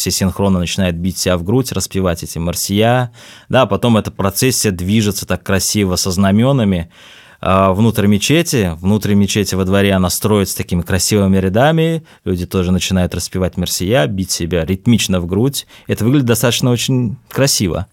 все синхронно начинают бить себя в грудь, распевать эти марсия, да, потом эта процессия движется так красиво со знаменами внутрь мечети во дворе она строится такими красивыми рядами, люди тоже начинают распевать марсия, бить себя ритмично в грудь, это выглядит достаточно очень красиво.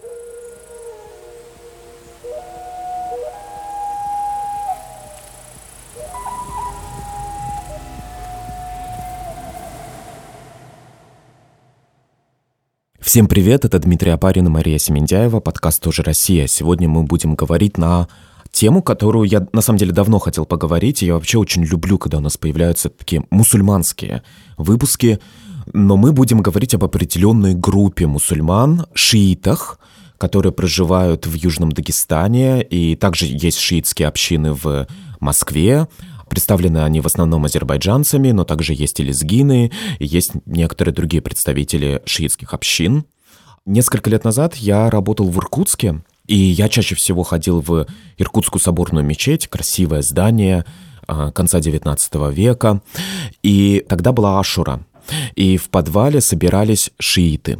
Всем привет, это Дмитрий Опарин и Мария Семендяева, подкаст «Тоже Россия». Сегодня мы будем говорить на тему, которую я на самом деле давно хотел поговорить, и я вообще очень люблю, когда у нас появляются такие мусульманские выпуски, но мы будем говорить об определенной группе мусульман, шиитах, которые проживают в Южном Дагестане, и также есть шиитские общины в Москве. Представлены они в основном азербайджанцами, но также есть и лезгины, и есть некоторые другие представители шиитских общин. Несколько лет назад я работал в Иркутске, и я чаще всего ходил в Иркутскую соборную мечеть, красивое здание конца XIX века, и тогда была Ашура, и в подвале собирались шииты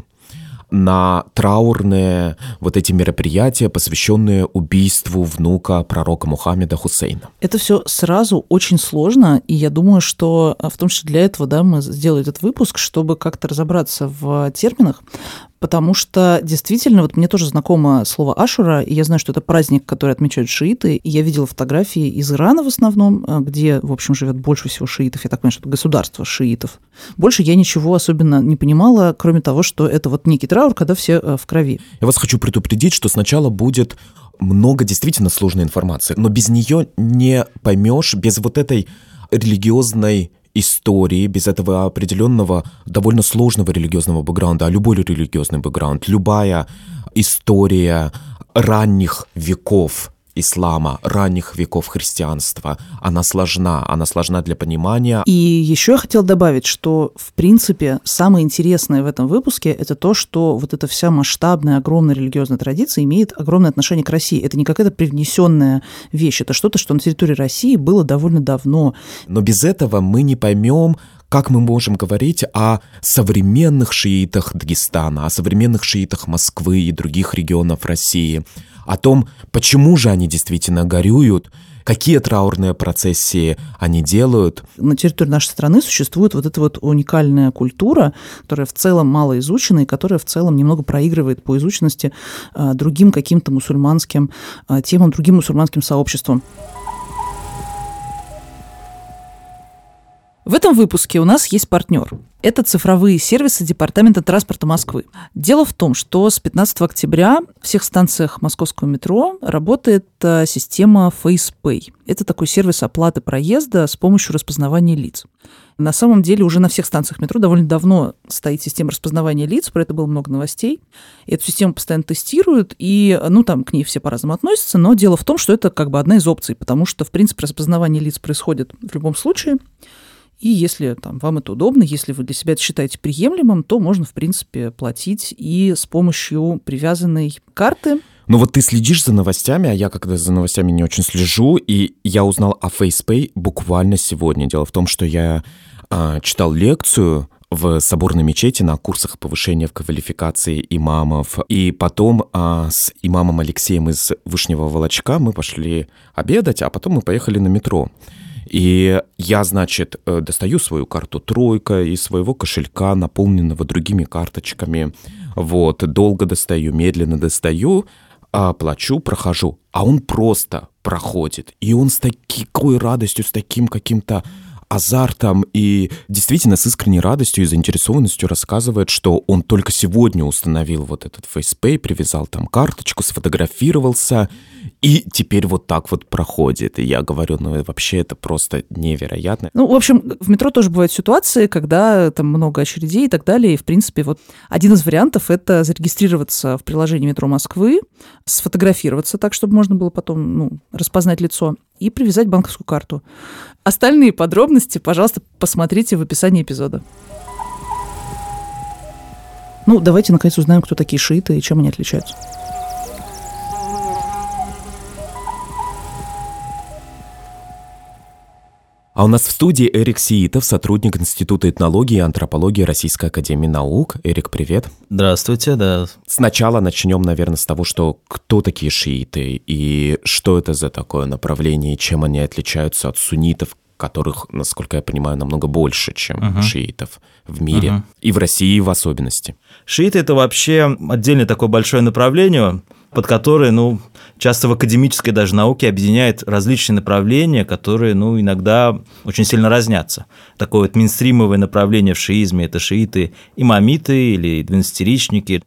на траурные вот эти мероприятия, посвященные убийству внука пророка Мухаммеда Хусейна. Это все сразу очень сложно, и я думаю, что в том числе для этого, да, мы сделали этот выпуск, чтобы как-то разобраться в терминах, потому что действительно, вот мне тоже знакомо слово Ашура, и я знаю, что это праздник, который отмечают шииты, и я видела фотографии из Ирана в основном, где, в общем, живет больше всего шиитов, я так понимаю, что это государство шиитов. Больше я ничего особенно не понимала, кроме того, что это вот некий траур, когда все в крови. Я вас хочу предупредить, что сначала будет много действительно сложной информации, но без нее не поймешь, без вот этой религиозной истории, без этого определенного, довольно сложного религиозного бэкграунда, а любой религиозный бэкграунд, любая история ранних веков ислама, ранних веков христианства, она сложна для понимания. И еще я хотела добавить, что, в принципе, самое интересное в этом выпуске – это то, что вот эта вся масштабная, огромная религиозная традиция имеет огромное отношение к России. Это не какая-то привнесенная вещь, это что-то, что на территории России было довольно давно. Но без этого мы не поймем, как мы можем говорить о современных шиитах Дагестана, о современных шиитах Москвы и других регионов России, о том, почему же они действительно горюют, какие траурные процессии они делают. На территории нашей страны существует вот эта вот уникальная культура, которая в целом мало изучена и которая в целом немного проигрывает по изученности другим каким-то мусульманским темам, другим мусульманским сообществам. В этом выпуске у нас есть партнер. Это цифровые сервисы Департамента транспорта Москвы. Дело в том, что с 15 октября в всех станциях московского метро работает система FacePay. Это такой сервис оплаты проезда с помощью распознавания лиц. На самом деле уже на всех станциях метро довольно давно стоит система распознавания лиц, про это было много новостей. Эту систему постоянно тестируют, и там к ней все по-разному относятся, но дело в том, что это как бы одна из опций, потому что, в принципе, распознавание лиц происходит в любом случае. И если вам это удобно, если вы для себя это считаете приемлемым, то можно, в принципе, платить и с помощью привязанной карты. Ну вот ты следишь за новостями, а я когда за новостями не очень слежу, и я узнал о FacePay буквально сегодня. Дело в том, что я читал лекцию в соборной мечети на курсах повышения квалификации имамов. И потом с имамом Алексеем из Вышнего Волочка мы пошли обедать, а потом мы поехали на метро. И я, достаю свою карту «Тройка» из своего кошелька, наполненного другими карточками. Долго достаю, медленно достаю, плачу, прохожу. А он просто проходит. И он с такой радостью, с таким каким-то азартом и действительно с искренней радостью и заинтересованностью рассказывает, что он только сегодня установил вот этот FacePay, привязал там карточку, сфотографировался, и теперь вот так вот проходит. И я говорю, вообще это просто невероятно. В общем, в метро тоже бывают ситуации, когда там много очередей и так далее, и, в принципе, один из вариантов – это зарегистрироваться в приложении «Метро Москвы», сфотографироваться так, чтобы можно было потом распознать лицо, и привязать банковскую карту. Остальные подробности, пожалуйста, посмотрите в описании эпизода. Давайте, наконец, узнаем, кто такие шииты и чем они отличаются. А у нас в студии Эрик Сиитов, сотрудник Института этнологии и антропологии Российской академии наук. Эрик, привет. Здравствуйте, да. Сначала начнем, наверное, с того, что кто такие шииты и что это за такое направление, и чем они отличаются от суннитов, которых, насколько я понимаю, намного больше, чем шиитов в мире, и в России в особенности. Шииты – это вообще отдельное такое большое направление, под которое, часто в академической даже науке объединяет различные направления, которые, иногда очень сильно разнятся. Такое вот мейнстримовое направление в шиизме – это шииты-имамиты или двенадцатиричники,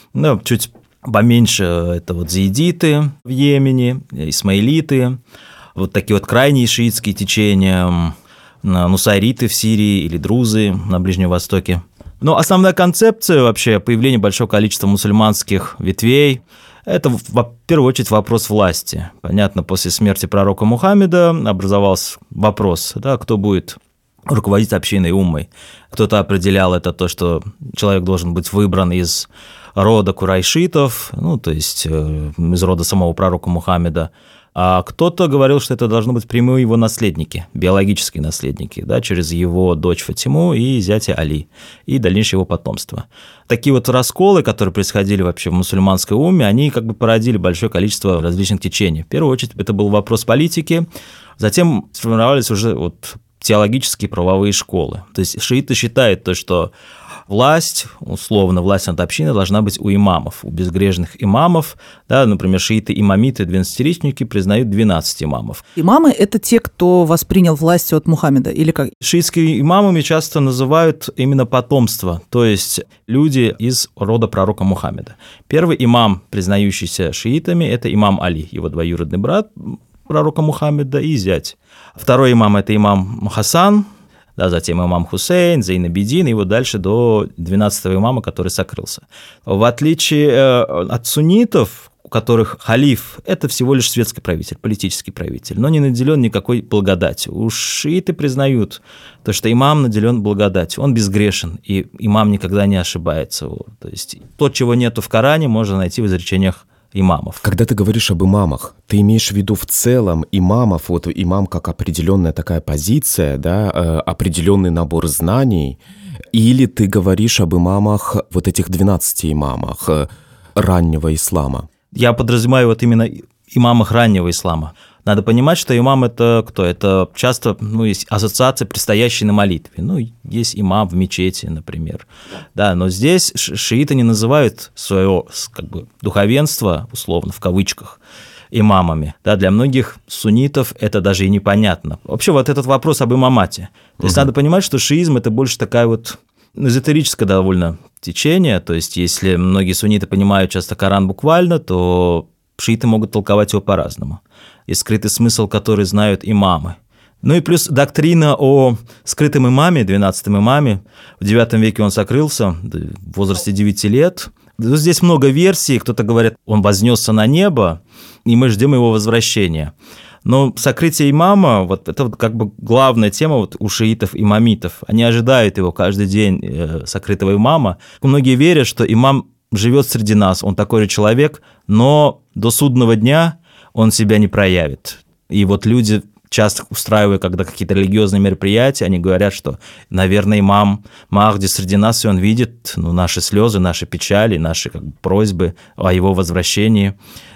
чуть поменьше – это вот зиидиты в Йемене, исмаилиты, вот такие вот крайние шиитские течения, нусайриты в Сирии или друзы на Ближнем Востоке. Но основная концепция вообще появления большого количества мусульманских ветвей – это, в первую очередь, вопрос власти. Понятно, после смерти пророка Мухаммеда образовался вопрос, кто будет руководить общиной уммой. Кто-то определял это то, что человек должен быть выбран из рода курайшитов, то есть из рода самого пророка Мухаммеда, а кто-то говорил, что это должны быть прямые его наследники, биологические наследники, через его дочь Фатиму и зятя Али, и дальнейшее его потомство. Такие вот расколы, которые происходили вообще в мусульманской умме, они породили большое количество различных течений. В первую очередь это был вопрос политики, затем сформировались уже теологические правовые школы. То есть шииты считают то, что власть, условно, власть над общиной должна быть у имамов, у безгрешных имамов. Например, шииты-имамиты, двенадцатиричники признают 12 имамов. Имамы – это те, кто воспринял власть от Мухаммеда, или как? Шиитскими имамами часто называют именно потомство, то есть люди из рода пророка Мухаммеда. Первый имам, признающийся шиитами, это имам Али, его двоюродный брат пророка Мухаммеда и зять. Второй имам – это имам Хасан, затем имам Хусейн, Зейн-абидин, и дальше до 12-го имама, который сокрылся. В отличие от суннитов, у которых халиф – это всего лишь светский правитель, политический правитель, но не наделен никакой благодатью. Уж шииты признают то, что имам наделен благодатью, он безгрешен, и имам никогда не ошибается. То есть то, чего нету в Коране, можно найти в изречениях имамов. Когда ты говоришь об имамах, ты имеешь в виду в целом имамов, имам как определенная такая позиция, определенный набор знаний, или ты говоришь об имамах, этих 12 имамах раннего ислама? Я подразумеваю именно имамах раннего ислама. Надо понимать, что имам – это кто? Это часто есть ассоциация, предстоящей на молитве. Есть имам в мечети, например. Но здесь шииты не называют свое духовенство, условно, в кавычках, имамами. Для многих суннитов это даже и непонятно. Вообще этот вопрос об имамате. То есть надо понимать, что шиизм – это больше такая эзотерическое довольно течение. То есть если многие сунниты понимают часто Коран буквально, то шииты могут толковать его по-разному. Есть скрытый смысл, который знают имамы. И плюс доктрина о скрытом имаме, 12-м имаме. В IX веке он сокрылся в возрасте 9 лет. Здесь много версий. Кто-то говорит, он вознесся на небо, и мы ждем его возвращения. Но сокрытие имама, это главная тема у шиитов-имамитов. Они ожидают его каждый день, сокрытого имама. Многие верят, что имам живет среди нас, он такой же человек, но до судного дня он себя не проявит. И люди часто устраивают, когда какие-то религиозные мероприятия, они говорят, что, наверное, имам Махди среди нас, и он видит наши слезы, наши печали, наши просьбы о его возвращении.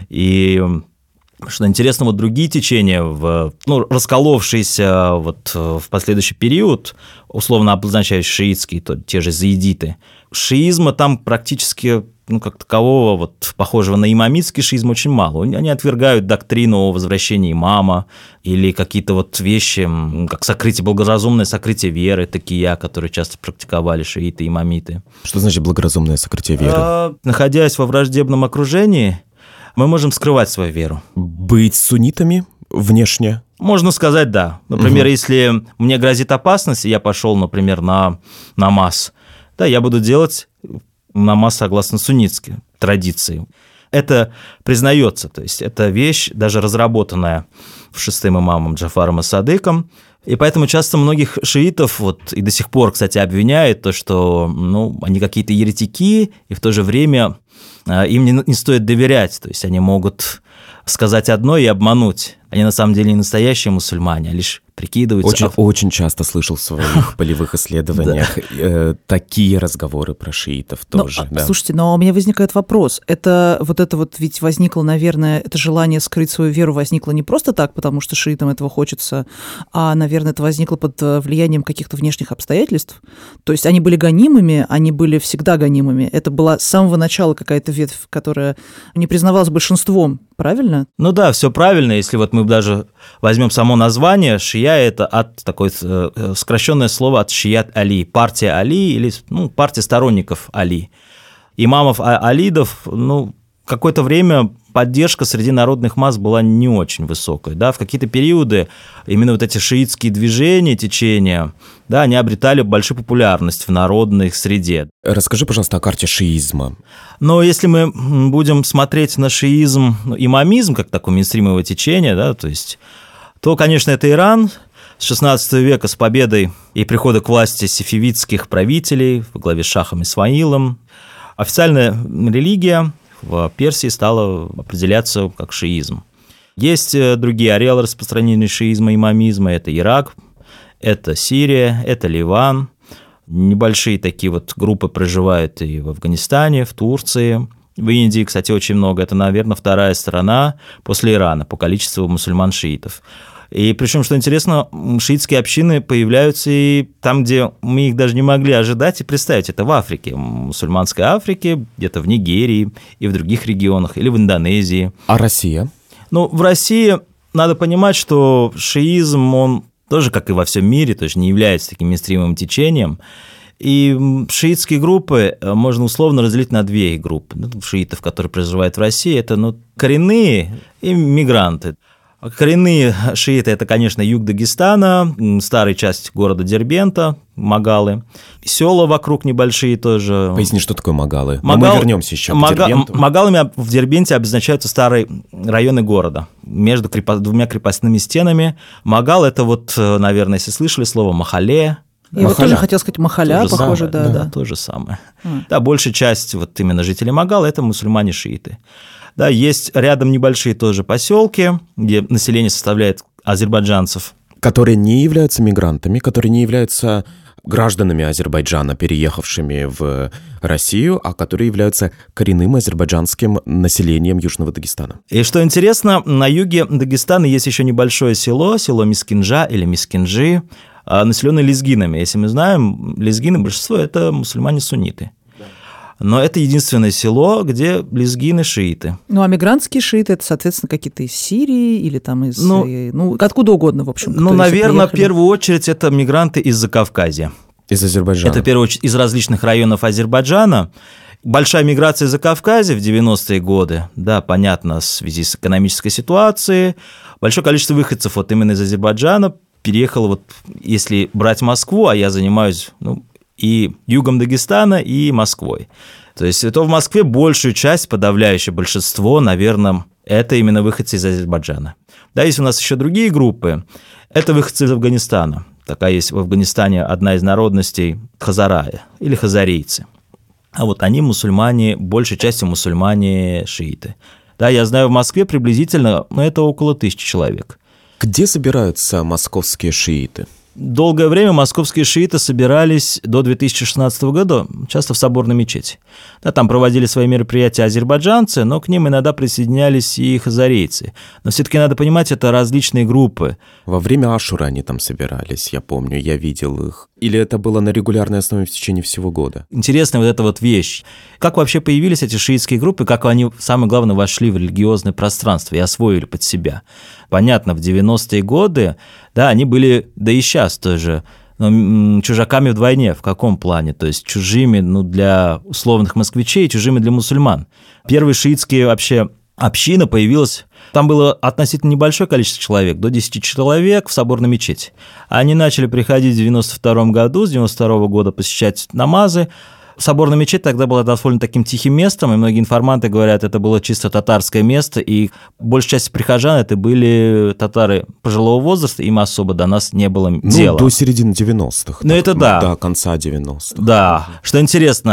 И что интересно, другие течения, расколовшиеся в последующий период, условно обозначающие шиитские, те же зиидиты, шиизма там практически как такового, похожего на имамитский шиизм, очень мало. Они отвергают доктрину о возвращении имама или какие-то вещи, как благоразумное сокрытие веры, такие, которые часто практиковали шииты и имамиты. Что значит благоразумное сокрытие веры? Находясь во враждебном окружении, мы можем скрывать свою веру. Быть суннитами внешне? Можно сказать, да. Например, если мне грозит опасность, и я пошел, например, на намаз, я буду делать намаз согласно суннитской традиции. Это признается, то есть это вещь, даже разработанная шестым имамом Джафаром ас-Садыком, и поэтому часто многих шиитов, и до сих пор, кстати, обвиняют, то, что они какие-то еретики, и в то же время им не стоит доверять, то есть они могут сказать одно и обмануть. Они на самом деле не настоящие мусульмане, а лишь прикидываются. Очень часто слышал в своих полевых исследованиях такие разговоры про шиитов тоже. Слушайте, но у меня возникает вопрос. Это ведь возникло, наверное, это желание скрыть свою веру возникло не просто так, потому что шиитам этого хочется, а, наверное, это возникло под влиянием каких-то внешних обстоятельств. То есть они были гонимыми, они были всегда гонимыми. Это была с самого начала какая-то ветвь, которая не признавалась большинством, правильно? Ну да, все правильно. Если вот мы даже возьмем само название, шия – это такое сокращенное слово от шият Али, партия Али или партия сторонников Али. Имамов алидов, какое-то время поддержка среди народных масс была не очень высокой. Да? В какие-то периоды именно вот эти шиитские движения, течения, да, они обретали большую популярность в народной среде. Расскажи, пожалуйста, о карте шиизма. Но если мы будем смотреть на шиизм, имамизм, как такое мейнстримовое течение, да, то, конечно, это Иран с XVI века, с победой и прихода к власти сефевидских правителей во главе с шахом Исмаилом. Официальная религия в Персии стала определяться как шиизм. Есть другие ареалы распространения шиизма и имамизма. Это Ирак, это Сирия, это Ливан. Небольшие такие вот группы проживают и в Афганистане, в Турции, в Индии, кстати, очень много. Это, наверное, вторая страна после Ирана по количеству мусульман-шиитов. И причем, что интересно, шиитские общины появляются и там, где мы их даже не могли ожидать и представить. Это в Африке, в мусульманской Африке, где-то в Нигерии и в других регионах, или в Индонезии. А Россия? В России надо понимать, что шиизм, он тоже, как и во всем мире, то есть не является таким мейнстримовым течением. И шиитские группы можно условно разделить на две группы. Шиитов, которые проживают в России, это коренные и мигранты. Коренные шииты – это, конечно, юг Дагестана, старая часть города Дербента, Магалы, села вокруг небольшие тоже. Поясни, что такое Магалы? Мы вернемся еще к Дербенту. Магалами в Дербенте обозначаются старые районы города между двумя крепостными стенами. Магал – это наверное, если слышали слово «махале». Я тоже хотел сказать «махаля», похоже, да. То же самое. Да, большая часть именно жителей Магала – это мусульмане-шииты. Да, есть рядом небольшие тоже поселки, где население составляет азербайджанцев. Которые не являются мигрантами, которые не являются гражданами Азербайджана, переехавшими в Россию, а которые являются коренным азербайджанским населением Южного Дагестана. И что интересно, на юге Дагестана есть еще небольшое село Мискинджа или Мискинджи, населенное лезгинами. Если мы знаем, лезгины, большинство – это мусульмане-сунниты. Но это единственное село, где лезгины шииты. А мигрантские шииты – это, соответственно, какие-то из Сирии или там из… откуда угодно, в общем. Наверное, в первую очередь это мигранты из Закавказья. Из Азербайджана. Это, в первую очередь, из различных районов Азербайджана. Большая миграция из Закавказья в 90-е годы, да, понятно, в связи с экономической ситуацией. Большое количество выходцев именно из Азербайджана переехало, если брать Москву, а я занимаюсь, и югом Дагестана, и Москвой. То есть это в Москве большую часть, подавляющее большинство, наверное, это именно выходцы из Азербайджана. Да, есть у нас еще другие группы, это выходцы из Афганистана. Такая есть в Афганистане одна из народностей хазарая или хазарийцы. А они мусульмане, большей частью мусульмане-шииты. Да, я знаю, в Москве приблизительно, это около 1000 человек. Где собираются московские шииты? Долгое время московские шииты собирались до 2016 года, часто в соборной мечети. Да, там проводили свои мероприятия азербайджанцы, но к ним иногда присоединялись и хазарейцы. Но все-таки надо понимать, это различные группы. Во время Ашура они там собирались, я помню, я видел их. Или это было на регулярной основе в течение всего года? Интересная эта вещь. Как вообще появились эти шиитские группы, как они, самое главное, вошли в религиозное пространство и освоили под себя? Понятно, в 90-е годы, да, они были, да и сейчас тоже, чужаками вдвойне. В каком плане? То есть чужими для условных москвичей и чужими для мусульман. Первые шиитские вообще община появилась, там было относительно небольшое количество человек, до 10 человек в соборной мечети. Они начали приходить в 92 году, с 92 года посещать намазы. Соборная мечеть тогда была довольно таким тихим местом, и многие информанты говорят, это было чисто татарское место, и большая часть прихожан это были татары пожилого возраста, им особо до нас не было дела. До середины 90-х. Это да. До конца 90-х. Да. Что интересно,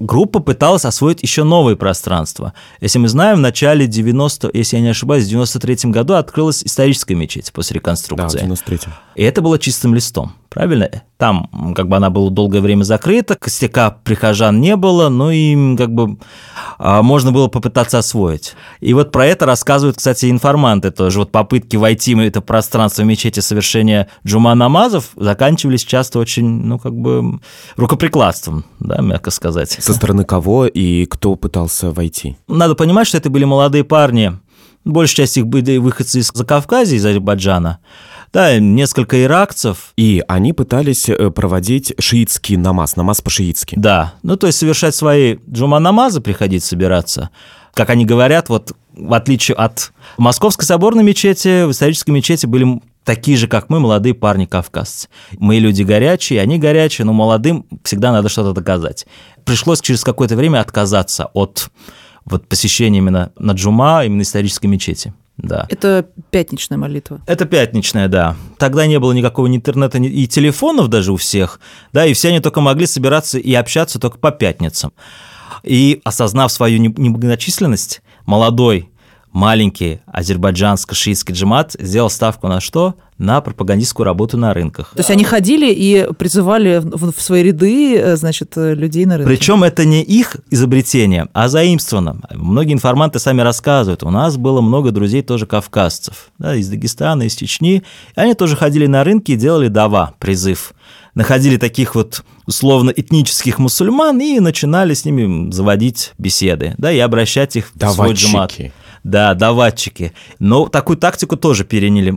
группа пыталась освоить еще новые пространства. Если мы знаем, в начале 90, если я не ошибаюсь, в 93-м году открылась историческая мечеть после реконструкции. Да, в 93-м. И это было чистым листом, правильно? Там как бы она была долгое время закрыта, костяка прихожан не было, но и как бы можно было попытаться освоить. И вот про это рассказывают, кстати, информанты тоже. Вот попытки войти в это пространство мечети совершения джума намазов заканчивались часто очень, как бы рукоприкладством, да, мягко сказать. Со стороны кого и кто пытался войти? Надо понимать, что это были молодые парни. Большая часть их были выходцы из Закавказья, из Азербайджана. Да, несколько иракцев. И они пытались проводить шиитский намаз по-шиитски. Да, то есть совершать свои джума-намазы, приходить собираться. Как они говорят, вот в отличие от Московской соборной мечети, в исторической мечети были такие же, как мы, молодые парни-кавказцы. Мы люди горячие, они горячие, но молодым всегда надо что-то доказать. Пришлось через какое-то время отказаться от посещения именно на джума, именно исторической мечети. Да. Это пятничная молитва. Это пятничная, да. Тогда не было никакого ни интернета, и телефонов даже у всех, да, и все они только могли собираться и общаться только по пятницам. И осознав свою немногочисленность, молодой, маленький азербайджанско-шиитский джамат сделал ставку на что? На пропагандистскую работу на рынках. То есть они ходили и призывали в свои ряды, значит, людей на рынке. Причем это не их изобретение, а заимствовано. Многие информанты сами рассказывают. У нас было много друзей тоже кавказцев, да, из Дагестана, из Чечни. И они тоже ходили на рынки и делали дава, призыв. Находили таких вот условно этнических мусульман и начинали с ними заводить беседы, да, и обращать их в свой джамат. Да, даватчики. Но такую тактику тоже переняли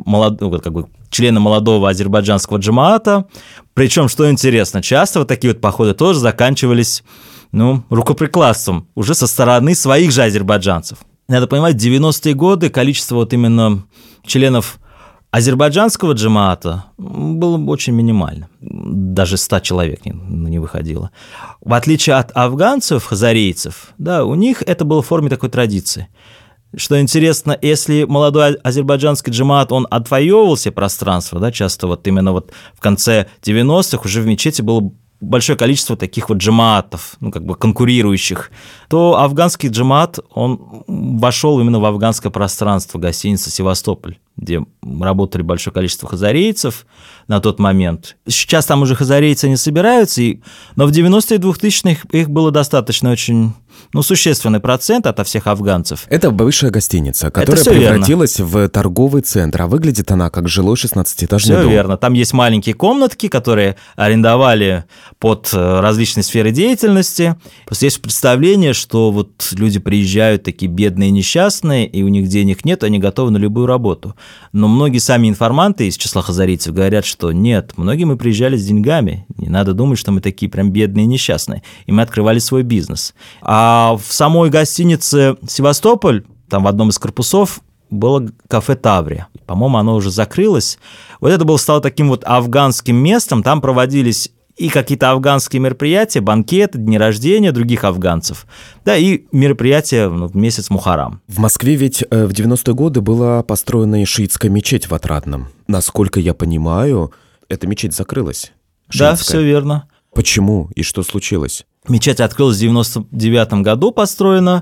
члены молодого азербайджанского джамаата. Причем, что интересно, часто вот такие вот походы тоже заканчивались, рукоприкладством уже со стороны своих же азербайджанцев. Надо понимать, в 90-е годы количество вот именно членов азербайджанского джамаата было очень минимально. Даже 100 человек не выходило. В отличие от афганцев, хазарейцев, да, у них это было в форме такой традиции. Что интересно, если молодой азербайджанский джамаат, он отвоевывал себе пространство, да, часто вот именно вот в конце 90-х уже в мечети было большое количество таких вот джамаатов, конкурирующих, то афганский джамаат, он вошел именно в афганское пространство гостиницы «Севастополь», где работали большое количество хазарейцев на тот момент. Сейчас там уже хазарейцы не собираются, но в 90-е и 2000-х их было достаточно очень... существенный процент ото всех афганцев. Это бывшая гостиница, которая превратилась в торговый центр, а выглядит она как жилой 16-этажный дом. Все верно. Там есть маленькие комнатки, которые арендовали под различные сферы деятельности. Просто есть представление, что вот люди приезжают такие бедные, несчастные, и у них денег нет, они готовы на любую работу. Но многие сами информанты из числа хазарийцев говорят, что нет, многие мы приезжали с деньгами, не надо думать, что мы такие прям бедные и несчастные, и мы открывали свой бизнес. А в самой гостинице «Севастополь», там в одном из корпусов, было кафе «Таврия». По-моему, оно уже закрылось. Вот это стало таким вот афганским местом, там проводились и какие-то афганские мероприятия, банкеты, дни рождения других афганцев, да, и мероприятия в месяц Мухаррам. В Москве ведь в 90-е годы была построена и шиитская мечеть в Отрадном. Насколько я понимаю, эта мечеть закрылась. Шиитская. Да, все верно. Почему и что случилось? Мечеть открылась в 99 году, построена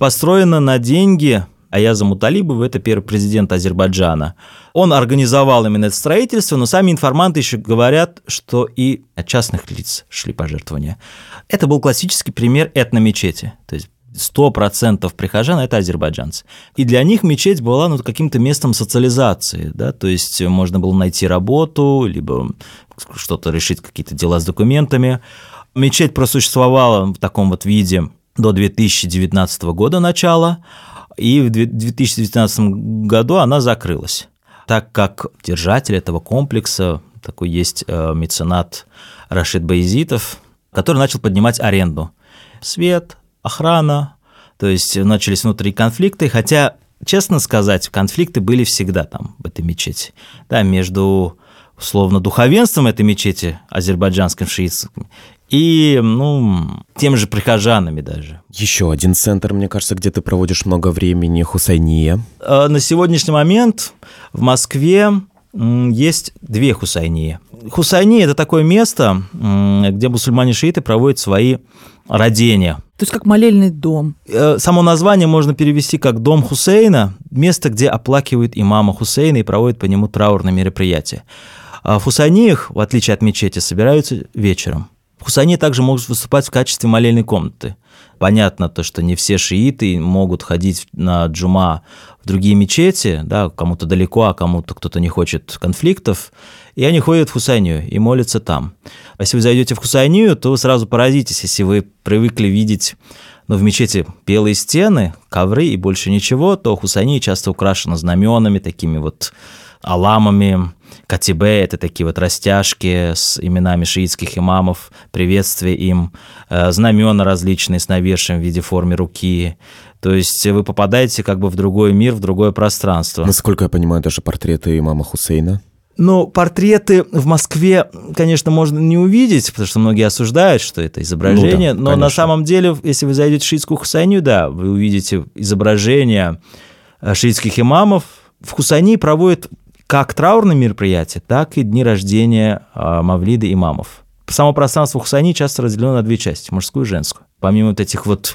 на деньги Аяза Муталибова, это первый президент Азербайджана. Он организовал именно это строительство, но сами информанты еще говорят, что и от частных лиц шли пожертвования. Это был классический пример этномечети, то есть 100% прихожан – это азербайджанцы. И для них мечеть была каким-то местом социализации, да, то есть можно было найти работу, либо что-то решить, какие-то дела с документами. Мечеть просуществовала в таком вот виде до 2019 года начала, и в 2019 году она закрылась, так как держатель этого комплекса, такой есть меценат Рашид Баязитов, который начал поднимать аренду. Свет, охрана, то есть начались внутренние конфликты, хотя, честно сказать, конфликты были всегда там, в этой мечети, да, между, условно, духовенством этой мечети, азербайджанским шиитским, и, теми же прихожанами даже. Еще один центр, мне кажется, где ты проводишь много времени, Хусайния. На сегодняшний момент в Москве есть две Хусайнии. Хусайни – это такое место, где мусульмане-шииты проводят свои родения. То есть как молельный дом. Само название можно перевести как «Дом Хусейна», место, где оплакивают имама Хусейна и проводят по нему траурные мероприятия. А в Хусайниях, в отличие от мечети, собираются вечером. Хусайни также могут выступать в качестве молельной комнаты. Понятно то, что не все шииты могут ходить на джума в другие мечети, да, кому-то далеко, а кому-то кто-то не хочет конфликтов, и они ходят в Хусайнию и молятся там. А если вы зайдете в Хусайнию, то вы сразу поразитесь, если вы привыкли видеть в мечети белые стены, ковры и больше ничего, то Хусайния часто украшена знаменами, такими вот аламами. Катибе – это такие вот растяжки с именами шиитских имамов, приветствие им, знамена различные с навершием в виде формы руки. То есть вы попадаете как бы в другой мир, в другое пространство. Насколько я понимаю, даже портреты имама Хусейна. Ну, портреты в Москве, конечно, можно не увидеть, потому что многие осуждают, что это изображение, но на самом деле, если вы зайдете в шиитскую Хусайнию, да, вы увидите изображения шиитских имамов. В Хусайнии проводят как траурные мероприятия, так и дни рождения мавлида имамов. Само пространство Хусайнии часто разделено на две части, мужскую и женскую. Помимо вот этих вот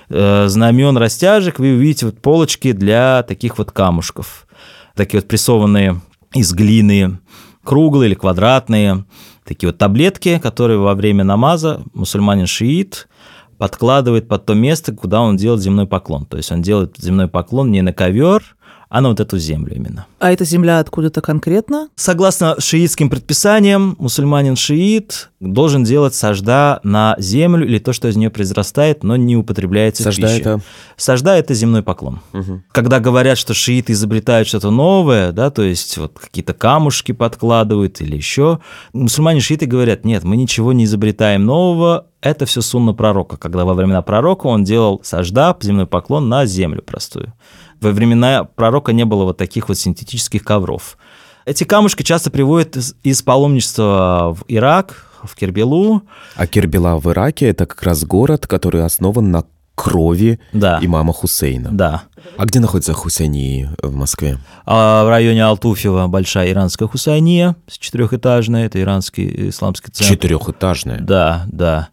знамен, растяжек, вы увидите вот полочки для таких вот камушков, такие вот прессованные из глины, круглые или квадратные, такие вот таблетки, которые во время намаза мусульманин-шиит подкладывает под то место, куда он делает земной поклон. То есть он делает земной поклон не на ковер, а на вот эту землю именно. А эта земля откуда-то конкретно? Согласно шиитским предписаниям, мусульманин-шиит должен делать сажда на землю или то, что из нее произрастает, но не употребляется в пищу. Сажда – это земной поклон. Угу. Когда говорят, что шииты изобретают что-то новое, да, то есть вот какие-то камушки подкладывают или еще, мусульмане-шииты говорят, нет, мы ничего не изобретаем нового, это все сунна пророка, когда во времена пророка он делал сажда, земной поклон на землю простую. Во времена пророка не было вот таких вот синтетических ковров. Эти камушки часто приводят из паломничества в Ирак, в Кербелу. А Кербела в Ираке – это как раз город, который основан на крови имама Хусейна. Да. А где находится Хусайния в Москве? В районе Алтуфьева большая иранская Хусайния, четырехэтажная, это иранский исламский центр. Четырехэтажная? Да.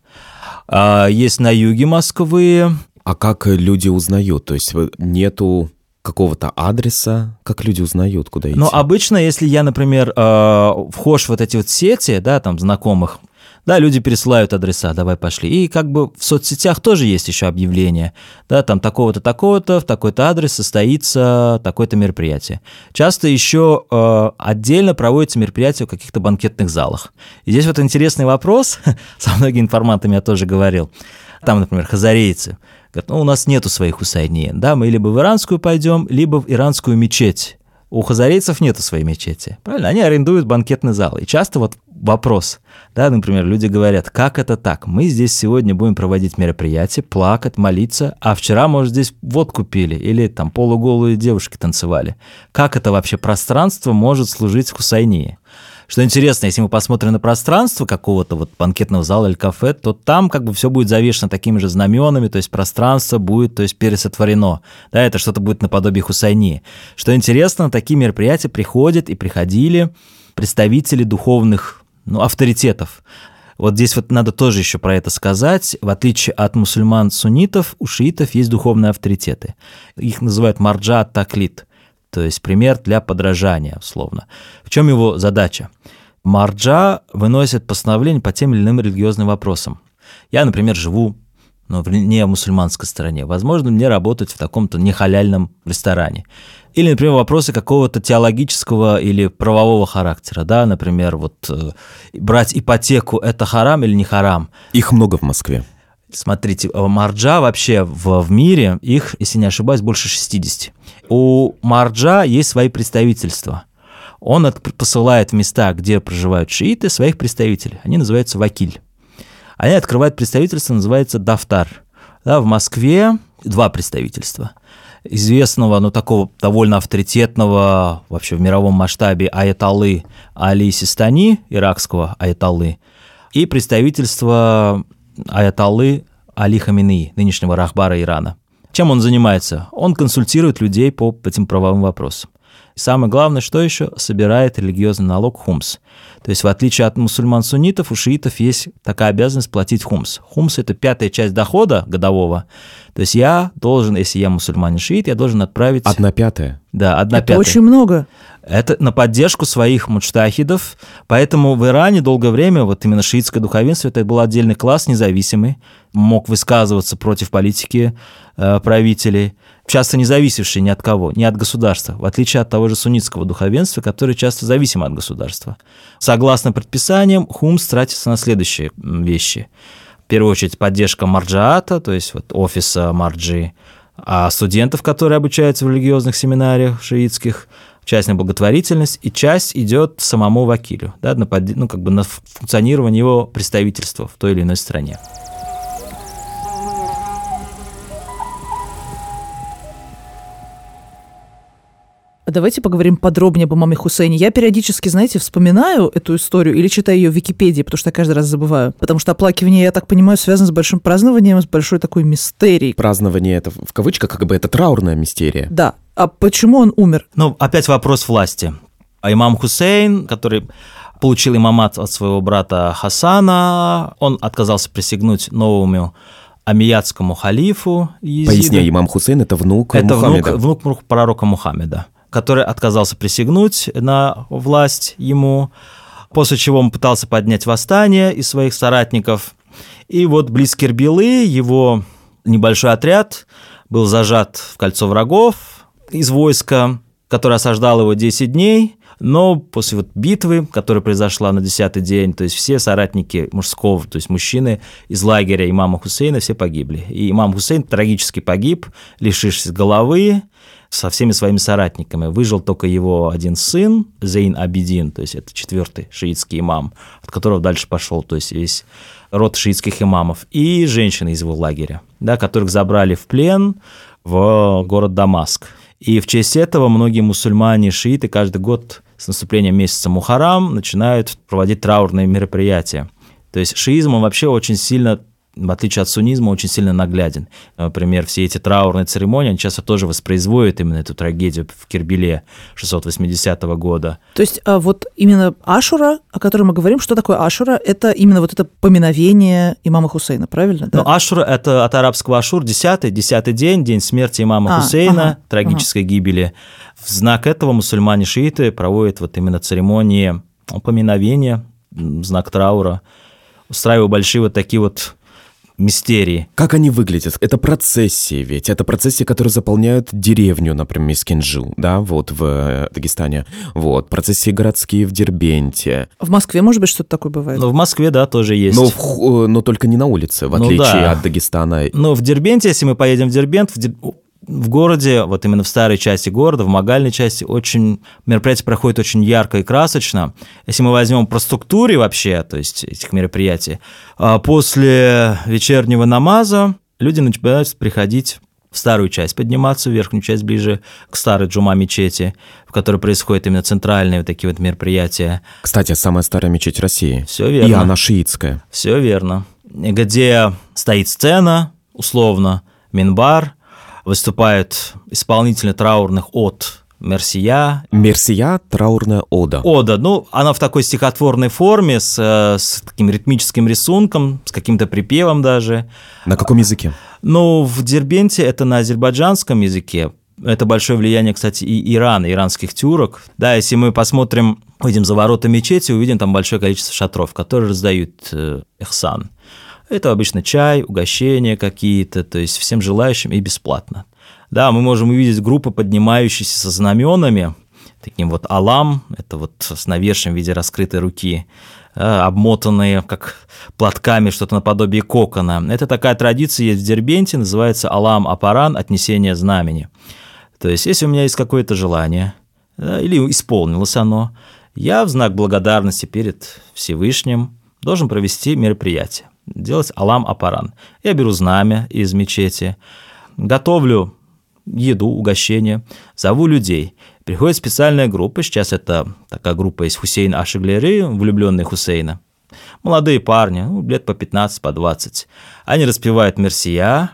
Есть на юге Москвы. А как люди узнают? То есть нету какого-то адреса? Как люди узнают, куда идти? Ну, обычно, если я, например, вхож в вот эти вот сети, да, там, знакомых, да, люди пересылают адреса, давай пошли. И как бы в соцсетях тоже есть еще объявления, да, там такого-то, такого-то, в такой-то адрес состоится такое-то мероприятие. Часто еще отдельно проводятся мероприятия в каких-то банкетных залах. И здесь вот интересный вопрос, со многими информантами я тоже говорил. Там, например, хазарейцы говорят, у нас нету своих Хусайни, да, мы либо в иранскую пойдем, либо в иранскую мечеть. У хазарейцев нету своей мечети, правильно? Они арендуют банкетный зал. И часто вот вопрос, да, например, люди говорят, как это так? Мы здесь сегодня будем проводить мероприятие, плакать, молиться, а вчера, может, здесь водку пили или там полуголые девушки танцевали. Как это вообще пространство может служить Хусайнии? Что интересно, если мы посмотрим на пространство какого-то вот банкетного зала или кафе, то там как бы все будет завешено такими же знаменами, то есть пространство будет, то есть пересотворено. Да, это что-то будет наподобие Хусайнии. Что интересно, на такие мероприятия приходят и приходили представители духовных, авторитетов. Вот здесь вот надо тоже еще про это сказать. В отличие от мусульман-суннитов, у шиитов есть духовные авторитеты. Их называют марджа таклид. То есть пример для подражания, условно. В чем его задача? Марджа выносит постановление по тем или иным религиозным вопросам. Я, например, живу не в мусульманской стране. Возможно, мне работать в таком-то нехаляльном ресторане. Или, например, вопросы какого-то теологического или правового характера. Да? Например, вот брать ипотеку – это харам или не харам? Их много в Москве. Смотрите, марджа вообще в мире, их, если не ошибаюсь, больше 60. У марджа есть свои представительства. Он посылает в места, где проживают шииты, своих представителей. Они называются вакиль. Они открывают представительство, называется дафтар. Да, в Москве 2 представительства. Известного, такого довольно авторитетного вообще в мировом масштабе аятоллы Али Систани, иракского аятоллы, и представительство аятоллы Али Хаминеи, нынешнего рахбара Ирана. Чем он занимается? Он консультирует людей по этим правовым вопросам. И самое главное, что еще? Собирает религиозный налог хумс. То есть в отличие от мусульман-суннитов, у шиитов есть такая обязанность платить хумс. Хумс – это 5-я часть дохода годового. То есть я должен, если я мусульманин-шиит, я должен отправить… 1/5? Да, 1/5. Это очень много. Это на поддержку своих муджтахидов, поэтому в Иране долгое время вот именно шиитское духовенство, это был отдельный класс независимый, мог высказываться против политики правителей, часто не зависевший ни от кого, ни от государства, в отличие от того же суннитского духовенства, которое часто зависимо от государства. Согласно предписаниям, хумс тратится на следующие вещи. В первую очередь поддержка марджаата, то есть вот офиса марджи, а студентов, которые обучаются в религиозных семинариях шиитских, часть на благотворительность, и часть идет самому вакилю, да, на функционирование его представительства в той или иной стране. Давайте поговорим подробнее об имаме Хусейне. Я периодически, знаете, вспоминаю эту историю или читаю ее в Википедии, потому что я каждый раз забываю. Потому что оплакивание, я так понимаю, связано с большим празднованием, с большой такой мистерией. Празднование — это в кавычках, как бы это траурная мистерия. Да. А почему он умер? Ну, опять вопрос власти. А имам Хусейн, который получил имамат от своего брата Хасана, он отказался присягнуть новому амиядскому халифу Езида. Поясняй, имам Хусейн — это внук Мухаммеда. Это внук пророка Мухаммеда, который отказался присягнуть на власть ему, после чего он пытался поднять восстание из своих соратников. И вот близ Кербелы его небольшой отряд был зажат в кольцо врагов из войска, которое осаждало его 10 дней, но после вот битвы, которая произошла на 10-й день, то есть все соратники мужского, то есть мужчины из лагеря имама Хусейна, все погибли. И имам Хусейн трагически погиб, лишившись головы, со всеми своими соратниками. Выжил только его один сын, Зейн Абидин, то есть это 4-й шиитский имам, от которого дальше пошел, то есть весь род шиитских имамов, и женщины из его лагеря, да, которых забрали в плен в город Дамаск. И в честь этого многие мусульмане, шииты каждый год с наступлением месяца Мухаррам начинают проводить траурные мероприятия. То есть шиизм, он вообще очень сильно, в отличие от суннизма, очень сильно нагляден. Например, все эти траурные церемонии, они часто тоже воспроизводят именно эту трагедию в Кербеле 680 года. То есть вот именно Ашура, о котором мы говорим, что такое Ашура? Это именно вот это поминовение имама Хусейна, правильно? Да? Ну, Ашура – это от арабского Ашур, 10-й день, день смерти имама Хусейна, трагической гибели. В знак этого мусульмане-шииты проводят вот именно церемонии поминовения, знак траура, устраивают большие вот такие вот мистерии. Как они выглядят? Это процессии ведь. Это процессии, которые заполняют деревню, например, Мискинджу, да, вот в Дагестане. Вот. Процессии городские в Дербенте. В Москве, может быть, что-то такое бывает? Ну, в Москве, да, тоже есть. Но только не на улице, в отличие от Дагестана. Но в Дербенте, если мы поедем в Дербент, в городе, вот именно в старой части города, в Магальной части, мероприятие проходит очень ярко и красочно. Если мы возьмем по структуре вообще, то есть этих мероприятий, после вечернего намаза люди начинают приходить в старую часть, подниматься в верхнюю часть, ближе к старой джума-мечети, в которой происходят именно центральные вот такие вот мероприятия. Кстати, самая старая мечеть России. Все верно. И она шиитская. Все верно. Где стоит сцена, условно, минбар, выступают исполнители траурных од Мерсия. Мерсия – траурная ода. Ода, ну, она в такой стихотворной форме, с таким ритмическим рисунком, с каким-то припевом даже. На каком языке? Ну, в Дербенте это на азербайджанском языке. Это большое влияние, кстати, и Ирана, иранских тюрок. Да, если мы посмотрим, выйдем за ворота мечети, увидим там большое количество шатров, которые раздают ихсан. Это обычно чай, угощения какие-то, то есть всем желающим и бесплатно. Да, мы можем увидеть группы, поднимающиеся со знаменами, таким вот алам, это вот с навершием в виде раскрытой руки, обмотанные как платками, что-то наподобие кокона. Это такая традиция есть в Дербенте, называется алам-апаран, отнесение знамени. То есть, если у меня есть какое-то желание, или исполнилось оно, я в знак благодарности перед Всевышним должен провести мероприятие. Делать алам-апаран. Я беру знамя из мечети, готовлю еду, угощение, зову людей. Приходит специальная группа, сейчас это такая группа есть Хусейн Ашиглеры, влюбленные Хусейна. Молодые парни, лет по 15, по 20. Они распевают мерсия,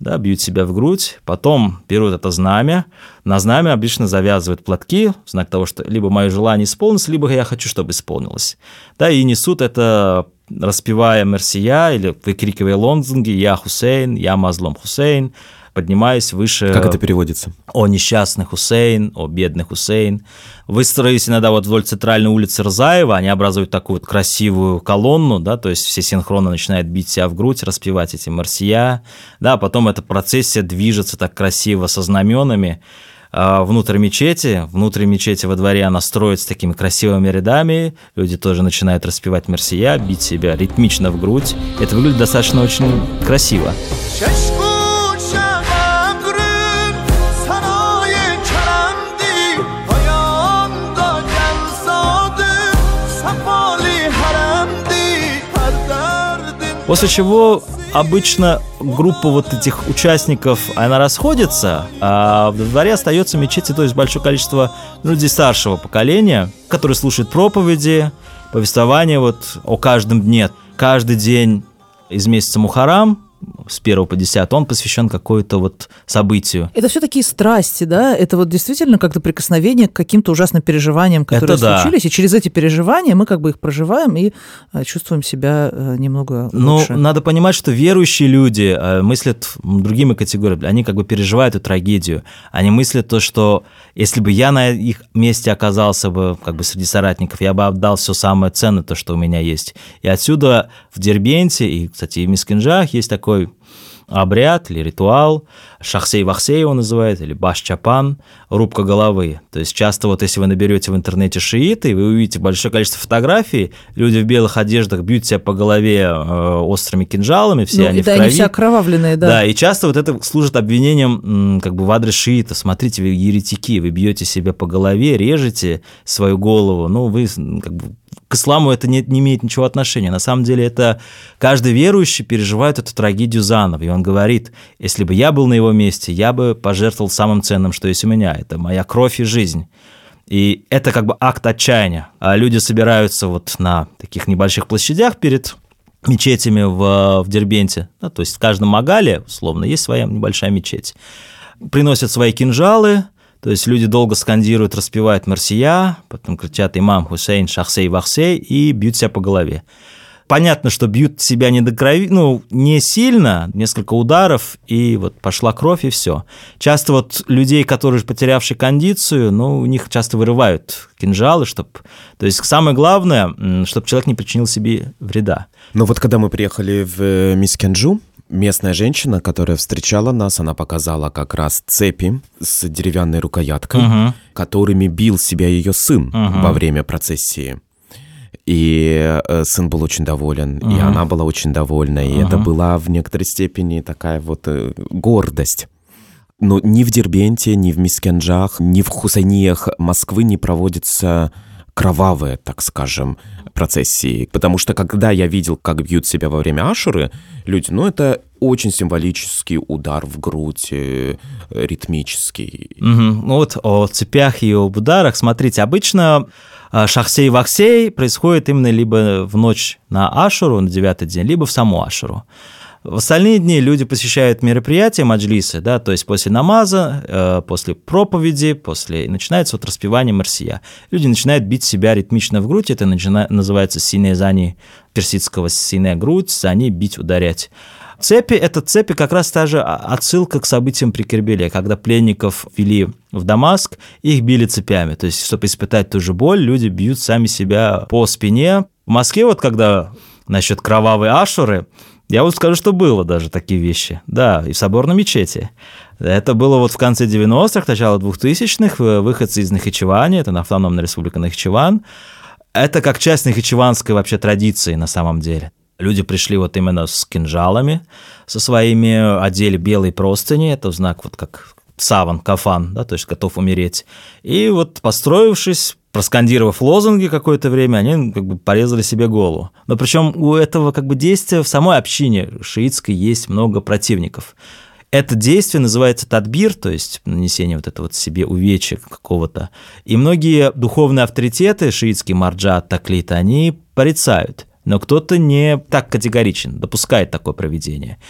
да, бьют себя в грудь, потом берут это знамя, на знамя обычно завязывают платки, в знак того, что либо мое желание исполнилось, либо я хочу, чтобы исполнилось, да, и несут это, распевая Мерсия или выкрикивая лозунги «Я Хусейн», «Я Мазлум Хусейн», поднимаясь выше... Как это переводится? «О несчастный Хусейн», «О бедный Хусейн». Выстроились иногда вот вдоль центральной улицы Рзаева, они образуют такую вот красивую колонну, да, то есть все синхронно начинают бить себя в грудь, распевать эти Мерсия, да, потом эта процессия движется так красиво со знаменами внутрь мечети во дворе она строится такими красивыми рядами, люди тоже начинают распевать Мерсия, бить себя ритмично в грудь, это выглядит достаточно очень красиво. После чего обычно группа вот этих участников, она расходится, а в дворе остается мечети, то есть большое количество людей старшего поколения, которые слушают проповеди, повествования вот о каждом дне. Каждый день из месяца Мухаррам, с 1 по 10, он посвящен какому-то вот событию. Это все такие страсти, да? Это вот действительно как-то прикосновение к каким-то ужасным переживаниям, которые случились, и через эти переживания мы как бы их проживаем и чувствуем себя немного лучше. Ну, надо понимать, что верующие люди мыслят другими категориями, они как бы переживают эту трагедию, они мыслят то, что если бы я на их месте оказался бы как бы среди соратников, я бы отдал все самое ценное, то, что у меня есть. И отсюда в Дербенте, и, кстати, и в Мискинджах есть такой обряд или ритуал, шахсей-вахсей его называют, или баш-чапан, рубка головы. То есть часто вот если вы наберете в интернете шииты, вы увидите большое количество фотографий, люди в белых одеждах бьют себя по голове острыми кинжалами, все они в крови. Они все окровавленные, да. Да, и часто вот это служит обвинением как бы в адрес шиита. Смотрите, вы еретики, вы бьете себя по голове, режете свою голову, ну вы как бы... К исламу это не имеет ничего отношения. На самом деле это каждый верующий переживает эту трагедию заново. И он говорит, если бы я был на его месте, я бы пожертвовал самым ценным, что есть у меня. Это моя кровь и жизнь. И это как бы акт отчаяния. А люди собираются вот на таких небольших площадях перед мечетями в Дербенте. Да, то есть в каждом магале, условно, есть своя небольшая мечеть. Приносят свои кинжалы. То есть люди долго скандируют, распевают Мерсия, потом кричат «Имам Хусейн, Шахсей, Вахсей» и бьют себя по голове. Понятно, что бьют себя не до крови, ну, не сильно, несколько ударов, и вот пошла кровь, и все. Часто вот людей, которые потерявшие кондицию, ну, у них часто вырывают кинжалы, чтобы... То есть самое главное, чтобы человек не причинил себе вреда. Но вот когда мы приехали в Мискинджу, местная женщина, которая встречала нас, она показала как раз цепи с деревянной рукояткой, которыми бил себя ее сын во время процессии. И сын был очень доволен, и она была очень довольна, и это была в некоторой степени такая вот гордость. Но ни в Дербенте, ни в Мискинджах, ни в Хусайниях Москвы не проводится кровавые, так скажем, процессии. Потому что когда я видел, как бьют себя во время Ашуры, люди, ну, это очень символический удар в грудь, ритмический. Ну вот о цепях и об ударах. Смотрите, обычно шахсей-вахсей происходит именно либо в ночь на Ашуру, на 9-й день, либо в саму Ашуру. В остальные дни люди посещают мероприятия, маджлисы, да, то есть после намаза, после проповеди, начинается вот распевание Мерсия. Люди начинают бить себя ритмично в грудь, это называется сине-зани, персидского сине – грудь, зани – бить, ударять. Цепи – это цепи как раз та же отсылка к событиям при Кербеле, когда пленников вели в Дамаск, их били цепями, то есть чтобы испытать ту же боль, люди бьют сами себя по спине. В Москве вот когда насчет кровавой Ашуры, я вот скажу, что было даже такие вещи. Да, и в соборной мечети. Это было вот в конце 90-х, начало 2000-х, выходцы из Нахичевани, это Автономная Республика Нахичеван. Это как часть нахичеванской вообще традиции на самом деле. Люди пришли вот именно с кинжалами, со своими, одели белые простыни, это знак вот как саван, кафан, да, то есть готов умереть. И вот построившись, проскандировав лозунги какое-то время, они как бы порезали себе голову. Но причем у этого как бы действия в самой общине шиитской есть много противников. Это действие называется тадбир, то есть нанесение вот этого вот себе увечья какого-то. И многие духовные авторитеты, шиитские марджа, таклит, они порицают. Но кто-то не так категоричен, допускает такое проведение.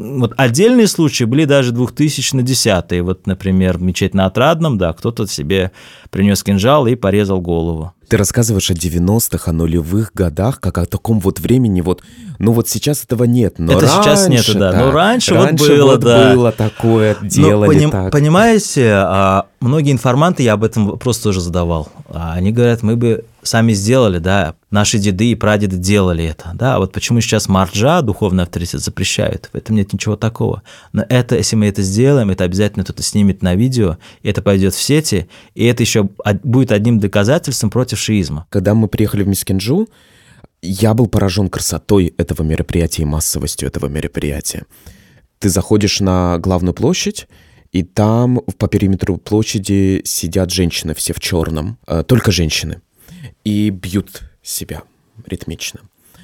вот отдельные случаи были даже 2010-е. Вот, например, мечеть на Отрадном, да, кто-то себе принес кинжал и порезал голову. Ты рассказываешь о 90-х, о нулевых годах, как о таком вот времени, вот, ну вот сейчас этого нет, но это раньше, сейчас нет, да. Да, Ну, раньше вот было, вот да. было такое, делали так. Понимаете, многие информанты, я об этом вопрос тоже задавал, они говорят, мы бы сами сделали, да, наши деды и прадеды делали это, да, вот почему сейчас марджа, духовный авторитет, запрещают, в этом нет ничего такого, но это, если мы это сделаем, это обязательно кто-то снимет на видео, и это пойдет в сети, и это еще будет одним доказательством против шиизма. Когда мы приехали в Мискинджу, я был поражен красотой этого мероприятия и массовостью этого мероприятия. Ты заходишь на главную площадь, и там по периметру площади сидят женщины, все в черном, только женщины, и бьют себя ритмично.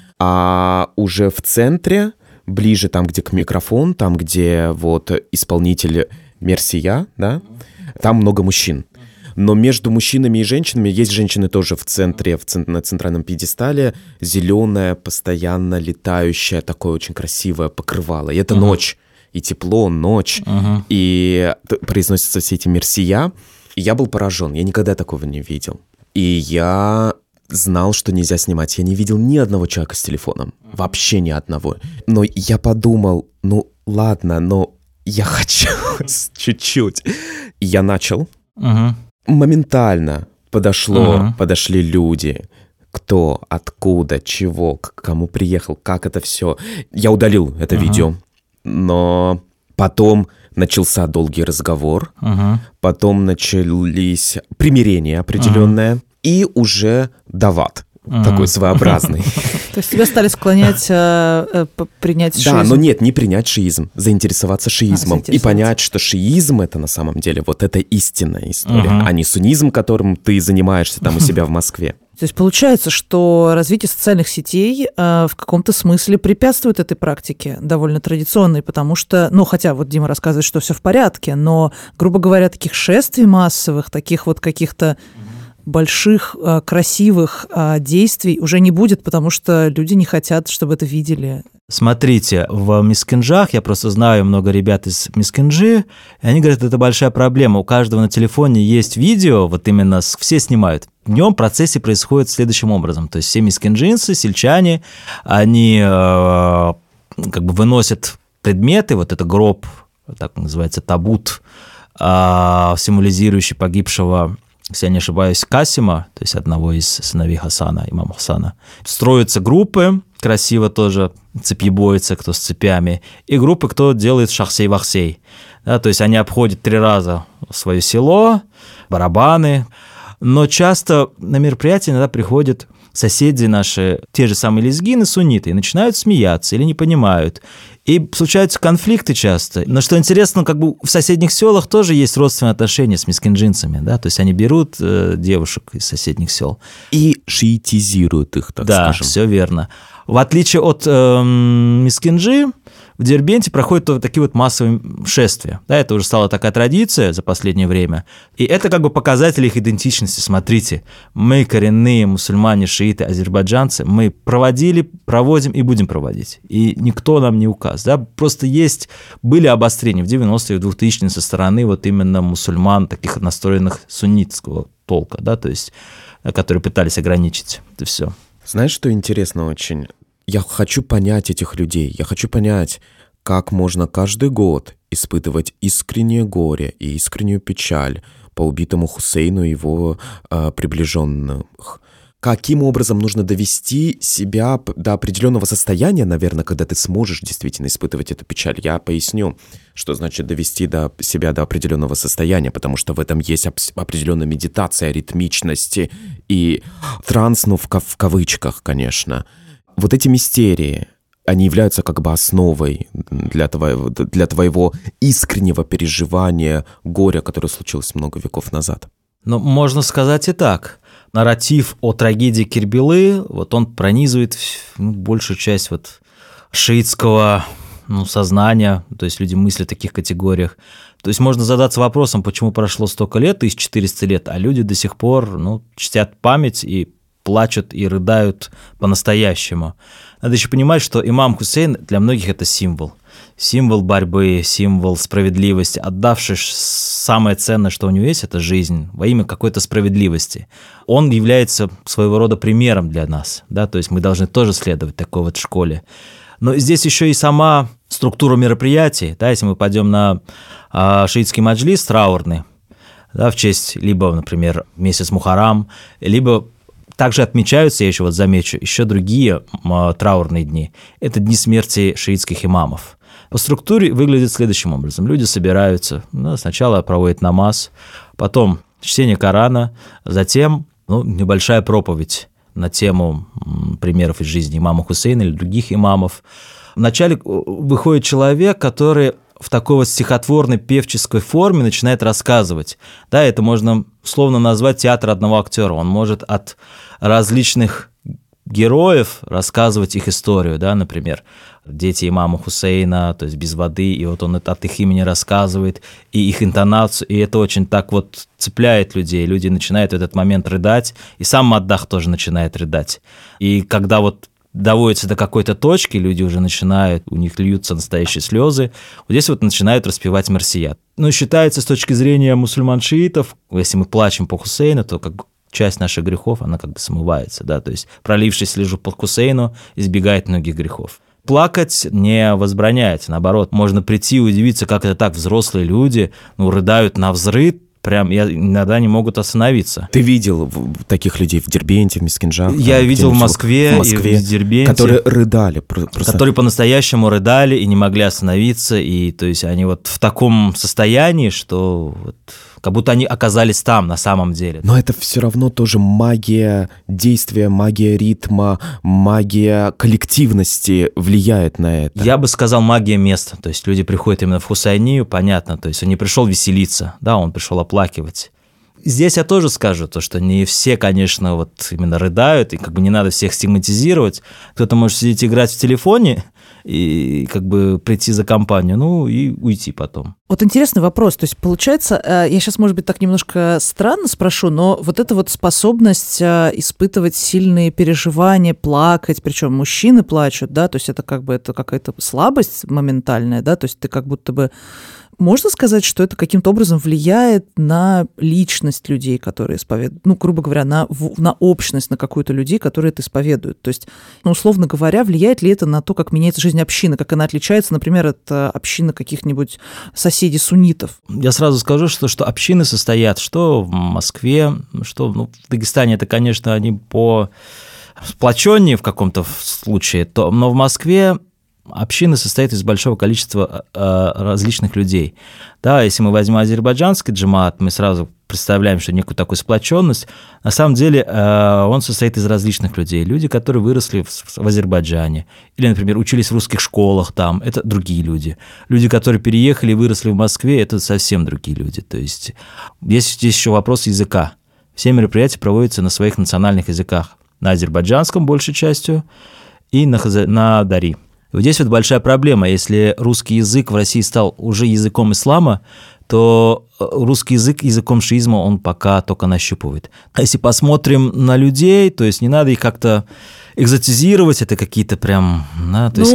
А уже в центре, ближе там, где к микрофон, там, где вот исполнитель Мерсия, да, там много мужчин. Но между мужчинами и женщинами есть женщины тоже в центре, на центральном пьедестале, зеленое, постоянно летающее, такое очень красивое покрывало. И это ночь, и тепло, ночь, и произносятся все эти мерсия. И я был поражен, я никогда такого не видел. И я знал, что нельзя снимать. Я не видел ни одного человека с телефоном, вообще ни одного. Но я подумал, ну ладно, но я хочу чуть-чуть. И я начал. Моментально подошли люди, кто, откуда, чего, к кому приехал, как это все. Я удалил это видео, но потом начался долгий разговор, потом начались примирения определенное, и уже дават. Такой своеобразный. То есть тебя стали склонять принять шиизм? Да, но нет, не принять шиизм, заинтересоваться шиизмом и понять, что шиизм — это на самом деле вот это истинная история, а не суннизм, которым ты занимаешься там у себя в Москве. То есть получается, что развитие социальных сетей в каком-то смысле препятствует этой практике, довольно традиционной, потому что, ну, хотя вот Дима рассказывает, что все в порядке, но, грубо говоря, таких шествий массовых, таких вот каких-то больших, красивых действий уже не будет, потому что люди не хотят, чтобы это видели. Смотрите, в Мискинджах, я просто знаю много ребят из Мискинджи, и они говорят, это большая проблема. У каждого на телефоне есть видео, вот именно все снимают. В нем процессе происходит следующим образом. То есть все мискинджинцы, сельчане, они как бы выносят предметы, вот это гроб, так называется, табут, символизирующий погибшего, если я не ошибаюсь, Касима, то есть одного из сыновей Хасана, имама Хасана. Строятся группы, красиво тоже, цепьебойцы, кто с цепями, и группы, кто делает шахсей-вахсей. Да, то есть они обходят 3 раза свое село, барабаны, но часто на мероприятия иногда приходят соседи наши, те же самые лезгины, сунниты, и начинают смеяться или не понимают. И случаются конфликты часто. Но что интересно, как бы в соседних селах тоже есть родственные отношения с мискинджинцами, да, то есть они берут девушек из соседних сел. И шиитизируют их, так скажем. Да, все верно. В отличие от Мискинджи, в Дербенте проходят вот такие вот массовые шествия. Да, это уже стала такая традиция за последнее время. И это как бы показатель их идентичности. Смотрите, мы коренные мусульмане, шииты, азербайджанцы, мы проводили, проводим и будем проводить. И никто нам не указ. Да? Просто были обострения в 90-е, в 2000-е со стороны вот именно мусульман, таких настроенных суннитского толка, да, то есть, которые пытались ограничить это все. Знаешь, что интересно очень? Я хочу понять этих людей, я хочу понять, как можно каждый год испытывать искреннее горе и искреннюю печаль по убитому Хусейну и его приближенных. Каким образом нужно довести себя до определенного состояния, наверное, когда ты сможешь действительно испытывать эту печаль. Я поясню, что значит довести себя до определенного состояния, потому что в этом есть определенная медитация, ритмичности и транс, ну, в кавычках, конечно. Вот эти мистерии, они являются как бы основой для твоего искреннего переживания горя, которое случилось много веков назад. Ну, можно сказать и так. Нарратив о трагедии Кербелы, вот он пронизывает большую часть вот шиитского сознания, то есть люди мыслят в таких категориях. То есть можно задаться вопросом, почему прошло столько лет, 1400 лет, а люди до сих пор чтят память и плачут и рыдают по-настоящему. Надо еще понимать, что имам Хусейн для многих это символ. символ борьбы, символ справедливости, отдавший самое ценное, что у него есть, это жизнь, во имя какой-то справедливости. Он является своего рода примером для нас, да, то есть мы должны тоже следовать такой вот школе. Но здесь еще и сама структура мероприятий, да, если мы пойдем на шиитский маджлис траурный, да, в честь либо, например, месяц Мухаррам, либо также отмечаются, я еще вот замечу, еще другие траурные дни. Это дни смерти шиитских имамов. По структуре выглядит следующим образом. Люди собираются, сначала проводят намаз, потом чтение Корана, затем небольшая проповедь на тему примеров из жизни имама Хусейна или других имамов. Вначале выходит человек, который в такой вот стихотворной певческой форме начинает рассказывать. Да, это можно условно назвать театр одного актера. Он может от различных героев рассказывать их историю, да, например, дети имама Хусейна, то есть без воды, и вот он от их имени рассказывает, и их интонацию, и это очень так вот цепляет людей, люди начинают в этот момент рыдать, и сам Маддах тоже начинает рыдать. И когда вот доводится до какой-то точки, люди уже начинают, у них льются настоящие слезы, вот здесь вот начинают распевать марсият. Считается с точки зрения мусульман-шиитов, если мы плачем по Хусейну, то как часть наших грехов, она как бы смывается, да, то есть пролившись слезу по Хусейну, избегает многих грехов. Плакать не возбраняется, наоборот, можно прийти и удивиться, как это так, взрослые люди, рыдают навзрыд, прям иногда не могут остановиться. Ты видел таких людей в Дербенте, в Мискинджах? Я видел в Москве и в Дербенте. Которые рыдали. Которые по-настоящему рыдали и не могли остановиться, и то есть они вот в таком состоянии, что вот, как будто они оказались там на самом деле. Но это все равно тоже магия действия, магия ритма, магия коллективности влияет на это. Я бы сказал, магия места. То есть люди приходят именно в Хусайнию, понятно, то есть он не пришел веселиться, да, он пришел оплакивать. Здесь я тоже скажу то, что не все, конечно, вот именно рыдают, и как бы не надо всех стигматизировать. Кто-то может сидеть играть в телефоне и как бы прийти за компанию, и уйти потом. Вот интересный вопрос. То есть, получается, я сейчас, может быть, так немножко странно спрошу, но вот эта вот способность испытывать сильные переживания, плакать, причем мужчины плачут, да, то есть это как бы это какая-то слабость моментальная, да, то есть ты как будто бы... Можно сказать, что это каким-то образом влияет на личность людей, которые исповедуют, грубо говоря, на общность, на какую-то людей, которые это исповедуют. То есть, условно говоря, влияет ли это на то, как меняется жизнь общины, как она отличается, например, от общины каких-нибудь соседей суннитов? Я сразу скажу, что общины состоят, что в Москве, что в Дагестане, это, конечно, они по сплоченнее в каком-то случае, но в Москве община состоит из большого количества различных людей. Да, если мы возьмем азербайджанский джамаат, мы сразу представляем, что некую такую сплоченность. На самом деле он состоит из различных людей. Люди, которые выросли в Азербайджане, или, например, учились в русских школах там, это другие люди. Люди, которые переехали и выросли в Москве, это совсем другие люди. То есть есть здесь еще вопрос языка. Все мероприятия проводятся на своих национальных языках. На азербайджанском большей частью и на дари. И вот здесь вот большая проблема. Если русский язык в России стал уже языком ислама, то русский язык языком шиизма он пока только нащупывает. А если посмотрим на людей, то есть не надо их как-то экзотизировать, это какие-то прям... Да, то есть...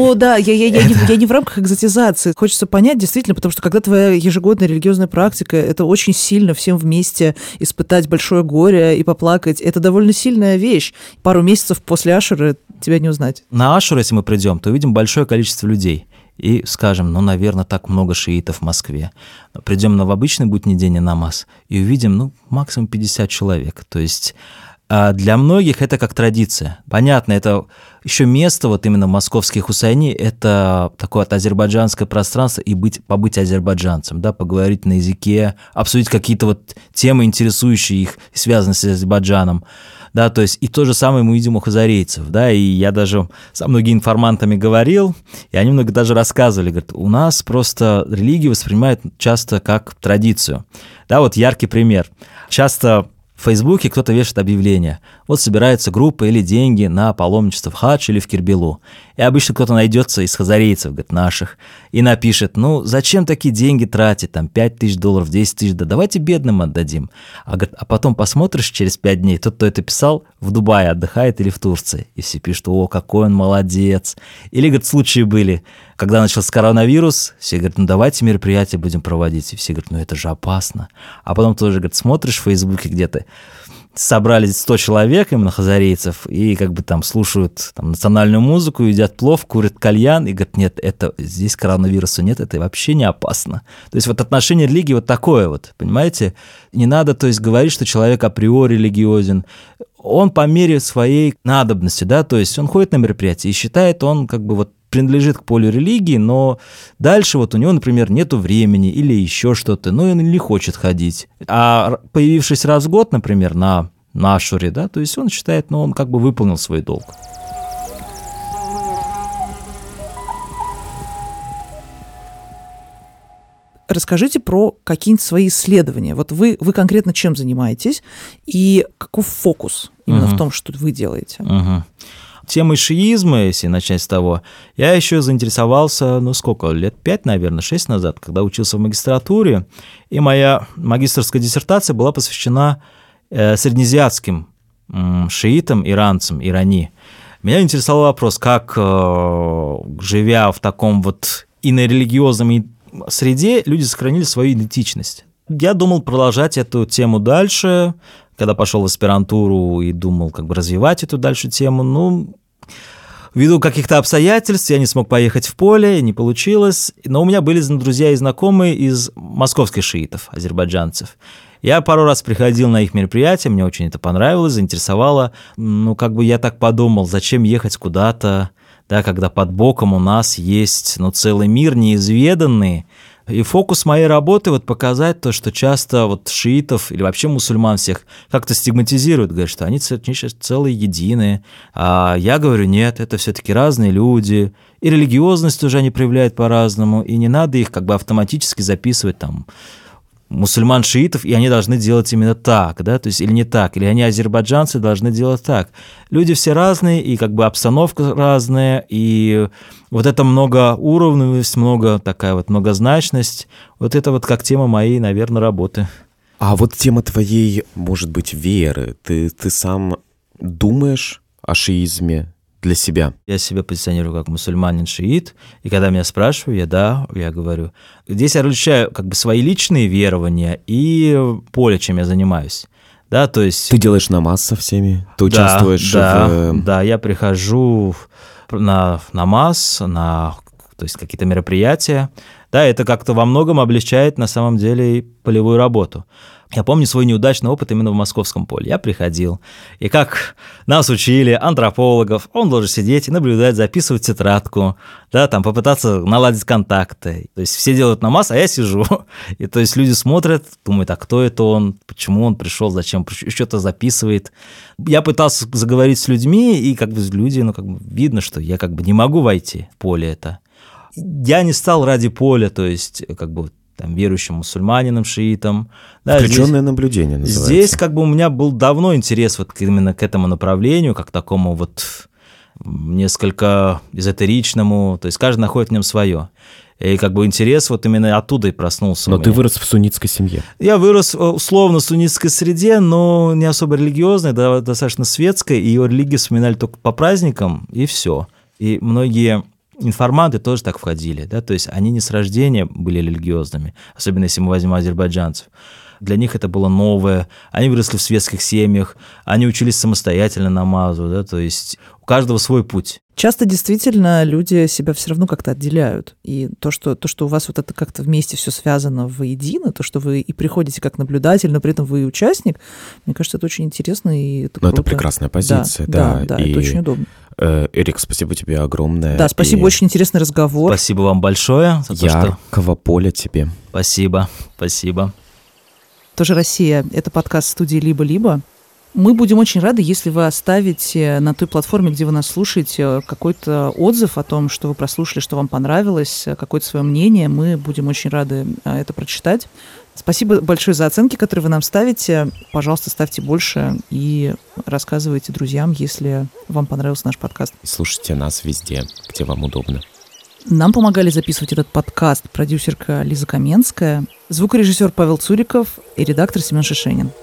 я не в рамках экзотизации. Хочется понять, действительно, потому что когда твоя ежегодная религиозная практика, это очень сильно всем вместе испытать большое горе и поплакать. Это довольно сильная вещь. Пару месяцев после Ашуры тебя не узнать. На Ашуру, если мы придем, то увидим большое количество людей. И скажем, наверное, так много шиитов в Москве. Придем в обычный будний день намаз и увидим, максимум 50 человек. То есть для многих это как традиция. Понятно, это еще место, вот именно московские Хусайни, это такое азербайджанское пространство и побыть азербайджанцем, да, поговорить на языке, обсудить какие-то вот темы, интересующие их, связанные с Азербайджаном. Да, то есть и то же самое мы видим у хазарейцев, да, и я даже со многими информантами говорил, и они много даже рассказывали, говорят, у нас просто религию воспринимают часто как традицию. Да, вот яркий пример. Часто в Фейсбуке кто-то вешает объявление. Вот собирается группа или деньги на паломничество в хадж или в Кербелу. И обычно кто-то найдется из хазарейцев, говорит, наших, и напишет, зачем такие деньги тратить, там, $5 тысяч, $10 тысяч, да давайте бедным отдадим. Говорит, а потом посмотришь через 5 дней, тот, кто это писал, в Дубае отдыхает или в Турции. И все пишут, какой он молодец. Или, говорит, случаи были, когда начался коронавирус, все говорят, ну давайте мероприятия будем проводить. И все говорят, ну это же опасно. А потом тоже, говорят, смотришь в Фейсбуке где-то, собрались 100 человек, именно хазарейцев, и как бы там слушают там национальную музыку, едят плов, курят кальян, и говорят, нет, это здесь коронавируса нет, это вообще не опасно. То есть вот отношение религии вот такое вот, понимаете? Не надо, то есть, говорить, что человек априори религиозен. Он по мере своей надобности, да, то есть он ходит на мероприятия и считает, он как бы вот принадлежит к полю религии, но дальше вот у него, например, нету времени или еще что-то, ну, он не хочет ходить. А появившись раз в год, например, на Ашуре, да, то есть он считает, ну, он как бы выполнил свой долг. Расскажите про какие-нибудь свои исследования. Вот вы конкретно чем занимаетесь и каков фокус именно в том, что вы делаете? Темой шиизма, если начать с того, я еще заинтересовался, ну сколько, лет 5, наверное, 6 назад, когда учился в магистратуре, и моя магистерская диссертация была посвящена среднеазиатским шиитам, иранцам, Ирани. Меня интересовал вопрос, как, живя в таком вот инорелигиозном среде, люди сохранили свою идентичность. Я думал продолжать эту тему дальше, когда пошел в аспирантуру и думал как бы развивать эту дальше тему, ну, ввиду каких-то обстоятельств я не смог поехать в поле, не получилось, но у меня были друзья и знакомые из московских шиитов, азербайджанцев. Я пару раз приходил на их мероприятия, мне очень это понравилось, заинтересовало, ну, как бы я так подумал, зачем ехать куда-то, да, когда под боком у нас есть, ну, целый мир неизведанный. И фокус моей работы вот показать то, что часто вот шиитов или вообще мусульман всех как-то стигматизируют, говорят, что они сейчас целые единые. А я говорю, нет, это все-таки разные люди, и религиозность уже они проявляют по-разному, и не надо их как бы автоматически записывать там мусульман-шиитов, и они должны делать именно так, да, то есть или не так, или они азербайджанцы должны делать так. Люди все разные, и как бы обстановка разная, и вот это многоуровневость, многозначность, вот это вот как тема моей, наверное, работы. А вот тема твоей, может быть, веры, ты сам думаешь о шиизме для себя? Я себя позиционирую как мусульманин-шиит, и когда меня спрашивают, я говорю. Здесь я различаю как бы свои личные верования и поле, чем я занимаюсь. Да, то есть... Ты делаешь намаз со всеми? Ты участвуешь в... Да, я прихожу на намаз, то есть какие-то мероприятия. Да, это как-то во многом облегчает на самом деле полевую работу. Я помню свой неудачный опыт именно в московском поле. Я приходил, и как нас учили, антропологов, он должен сидеть и наблюдать, записывать тетрадку, да, там попытаться наладить контакты. То есть все делают намаз, а я сижу. И то есть люди смотрят, думают, а кто это он, почему он пришел, зачем, что-то записывает. Я пытался заговорить с людьми, и как бы люди, ну, как бы видно, что я как бы не могу войти в поле это. Я не стал ради поля, то есть как бы там, верующим мусульманином, шиитом. Да, включенное наблюдение называется. Здесь как бы у меня был давно интерес вот именно к этому направлению, как такому вот несколько эзотеричному, то есть каждый находит в нем свое. И как бы интерес вот именно оттуда и проснулся. Но ты вырос в суннитской семье. Я вырос условно в суннитской среде, но не особо религиозной, достаточно светской, и ее религию вспоминали только по праздникам, и все. И многие информанты тоже так входили, да, то есть они не с рождения были религиозными, особенно если мы возьмем азербайджанцев. Для них это было новое, они выросли в светских семьях, они учились самостоятельно намазу, да, то есть у каждого свой путь. Часто действительно люди себя все равно как-то отделяют. И то, что у вас вот это как-то вместе все связано воедино, то, что вы и приходите как наблюдатель, но при этом вы и участник, мне кажется, это очень интересно и это круто. Это прекрасная позиция, да. Да, это очень удобно. Эрик, спасибо тебе огромное. Да, спасибо, очень интересный разговор. Спасибо вам большое. За яркого поля тебе. Спасибо. Тоже Россия. Это подкаст студии «Либо-либо». Мы будем очень рады, если вы оставите на той платформе, где вы нас слушаете, какой-то отзыв о том, что вы прослушали, что вам понравилось, какое-то свое мнение. Мы будем очень рады это прочитать. Спасибо большое за оценки, которые вы нам ставите. Пожалуйста, ставьте больше и рассказывайте друзьям, если вам понравился наш подкаст. И слушайте нас везде, где вам удобно. Нам помогали записывать этот подкаст продюсерка Лиза Каменская, звукорежиссер Павел Цуриков и редактор Семен Шишенин.